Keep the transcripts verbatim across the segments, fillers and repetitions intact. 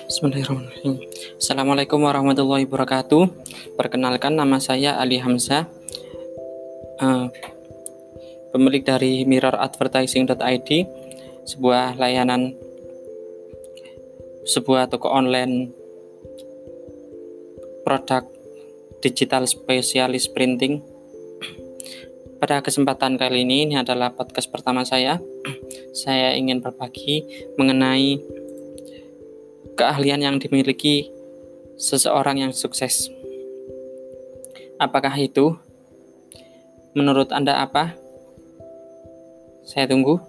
Bismillahirrahmanirrahim. Assalamualaikum warahmatullahi wabarakatuh. Perkenalkan, nama saya Ali Hamzah, uh, pemilik dari mirror advertising dot i d, sebuah layanan, sebuah toko online produk digital spesialis printing. Pada kesempatan kali ini, ini adalah podcast pertama saya. Saya ingin berbagi mengenai keahlian yang dimiliki seseorang yang sukses. Apakah itu? Menurut Anda apa? Saya tunggu.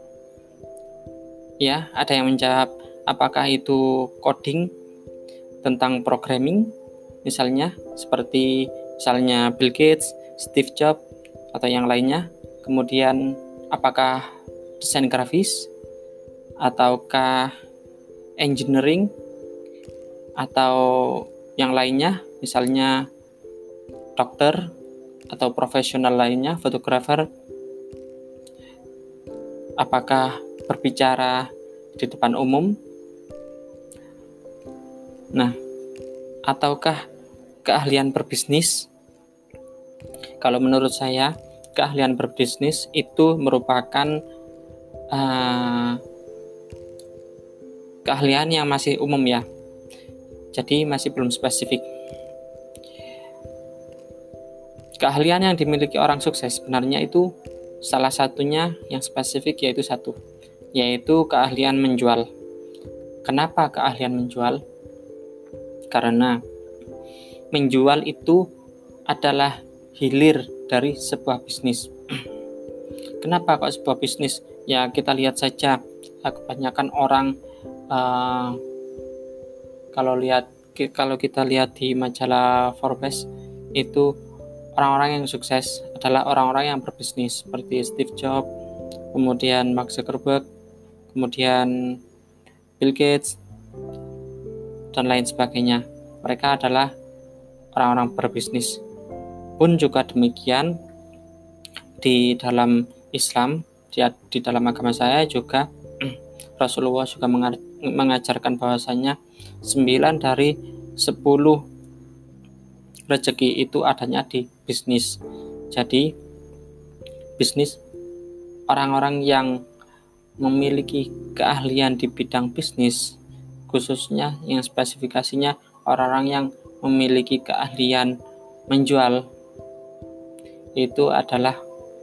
Ya, ada yang menjawab, apakah itu coding tentang programming? Misalnya, seperti misalnya Bill Gates, Steve Jobs, atau yang lainnya. Kemudian, apakah desain grafis? Ataukah engineering, atau yang lainnya, misalnya dokter atau profesional lainnya, fotografer? Apakah berbicara di depan umum? Nah, ataukah keahlian berbisnis? Kalau menurut saya, keahlian berbisnis itu merupakan uh, keahlian yang masih umum ya, jadi masih belum spesifik. Keahlian yang dimiliki orang sukses sebenarnya itu salah satunya yang spesifik, yaitu satu, yaitu keahlian menjual. Kenapa keahlian menjual? Karena menjual itu adalah hilir dari sebuah bisnis. Kenapa kok sebuah bisnis? Ya, kita lihat saja, kebanyakan orang Uh, kalau lihat kalau kita lihat di majalah Forbes, itu orang-orang yang sukses adalah orang-orang yang berbisnis, seperti Steve Jobs, kemudian Mark Zuckerberg, kemudian Bill Gates, dan lain sebagainya. Mereka adalah orang-orang berbisnis. Pun juga demikian di dalam Islam, di, di dalam agama saya juga Rasulullah juga mengajarkan bahwasanya sembilan dari sepuluh rezeki itu adanya di bisnis. Jadi bisnis, orang-orang yang memiliki keahlian di bidang bisnis, khususnya yang spesifikasinya orang-orang yang memiliki keahlian menjual, itu adalah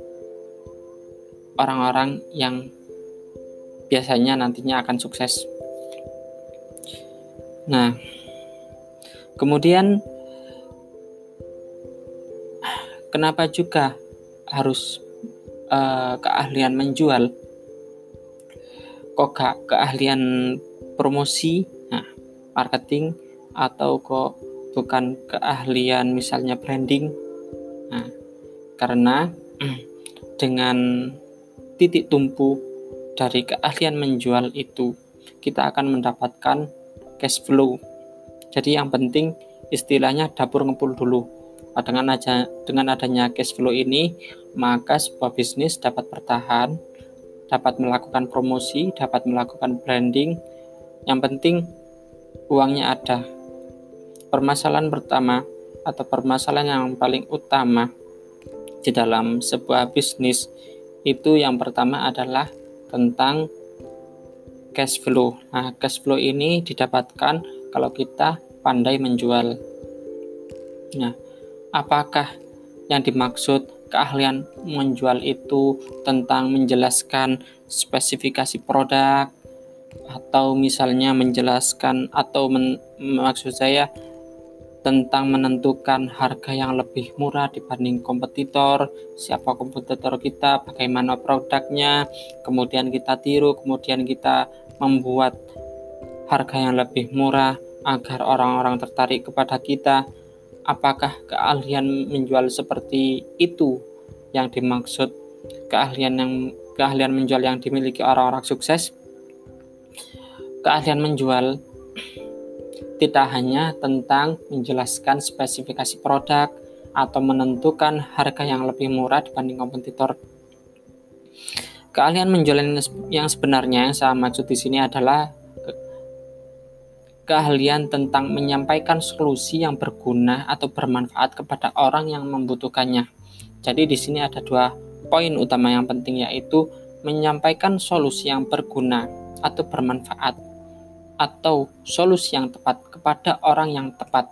orang-orang yang biasanya nantinya akan sukses. Nah, kemudian kenapa juga harus uh, keahlian menjual? Kok gak keahlian promosi, nah, marketing, atau kok bukan keahlian misalnya branding? Nah, karena dengan titik tumpu dari keahlian menjual itu, kita akan mendapatkan cash flow. Jadi yang penting istilahnya dapur ngepul dulu. Dengan aja dengan adanya cash flow ini, maka sebuah bisnis dapat bertahan, dapat melakukan promosi, dapat melakukan branding. Yang penting uangnya ada. Permasalahan pertama atau permasalahan yang paling utama di dalam sebuah bisnis itu, yang pertama adalah tentang cash flow. Nah, cash flow ini didapatkan kalau kita pandai menjual. Nah, apakah yang dimaksud keahlian menjual itu tentang menjelaskan spesifikasi produk, atau misalnya menjelaskan atau men, maksud saya tentang menentukan harga yang lebih murah dibanding kompetitor, siapa kompetitor kita, bagaimana produknya, kemudian kita tiru, kemudian kita membuat harga yang lebih murah agar orang-orang tertarik kepada kita? Apakah keahlian menjual seperti itu yang dimaksud keahlian yang keahlian menjual yang dimiliki orang-orang sukses? Keahlian menjual tidak hanya tentang menjelaskan spesifikasi produk atau menentukan harga yang lebih murah dibanding kompetitor. Keahlian menjual yang sebenarnya yang saya maksud di sini adalah keahlian tentang menyampaikan solusi yang berguna atau bermanfaat kepada orang yang membutuhkannya. Jadi di sini ada dua poin utama yang penting, yaitu menyampaikan solusi yang berguna atau bermanfaat atau solusi yang tepat kepada orang yang tepat.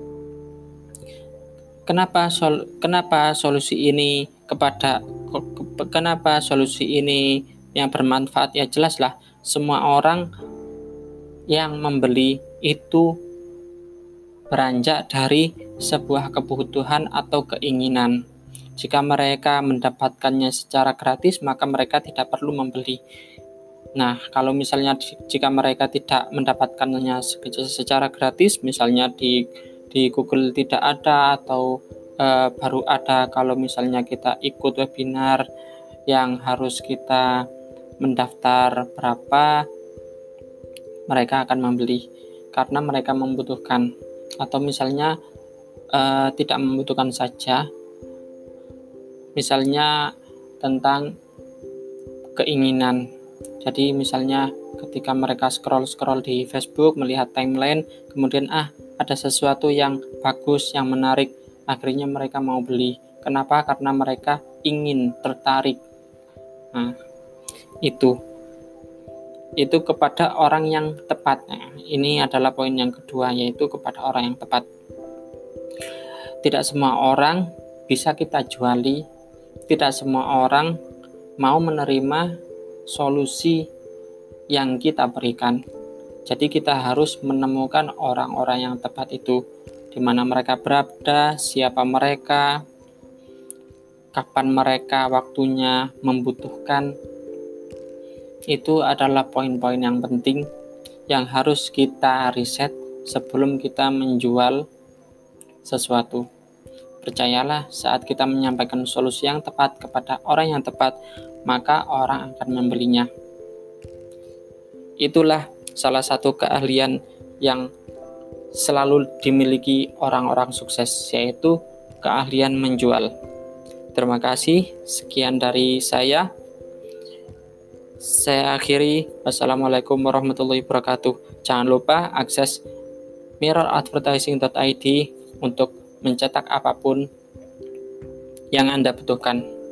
Kenapa sol, kenapa solusi ini kepada kenapa solusi ini yang bermanfaat? Ya jelaslah, semua orang yang membeli itu beranjak dari sebuah kebutuhan atau keinginan. Jika mereka mendapatkannya secara gratis, maka mereka tidak perlu membeli. Nah, kalau misalnya jika mereka tidak mendapatkannya secara gratis, misalnya di di Google tidak ada atau uh, baru ada kalau misalnya kita ikut webinar yang harus kita mendaftar berapa, mereka akan membeli karena mereka membutuhkan. Atau misalnya uh, tidak membutuhkan saja, misalnya tentang keinginan. Jadi misalnya ketika mereka scroll-scroll di Facebook, melihat timeline, kemudian ah ada sesuatu yang bagus, yang menarik, akhirnya mereka mau beli. Kenapa? Karena mereka ingin, tertarik. Nah, itu itu kepada orang yang tepat. Nah, ini adalah poin yang kedua, yaitu kepada orang yang tepat. Tidak semua orang bisa kita juali, tidak semua orang mau menerima solusi yang kita berikan. Jadi kita harus menemukan orang-orang yang tepat itu, di mana mereka berada, siapa mereka, kapan mereka waktunya membutuhkan. Itu adalah poin-poin yang penting yang harus kita riset sebelum kita menjual sesuatu. Percayalah, saat kita menyampaikan solusi yang tepat kepada orang yang tepat, maka orang akan membelinya. Itulah salah satu keahlian yang selalu dimiliki orang-orang sukses, yaitu keahlian menjual. Terima kasih, sekian dari saya. Saya akhiri. Wassalamualaikum warahmatullahi wabarakatuh. Jangan lupa akses mirror advertising dot i d untuk mencetak apapun yang Anda butuhkan.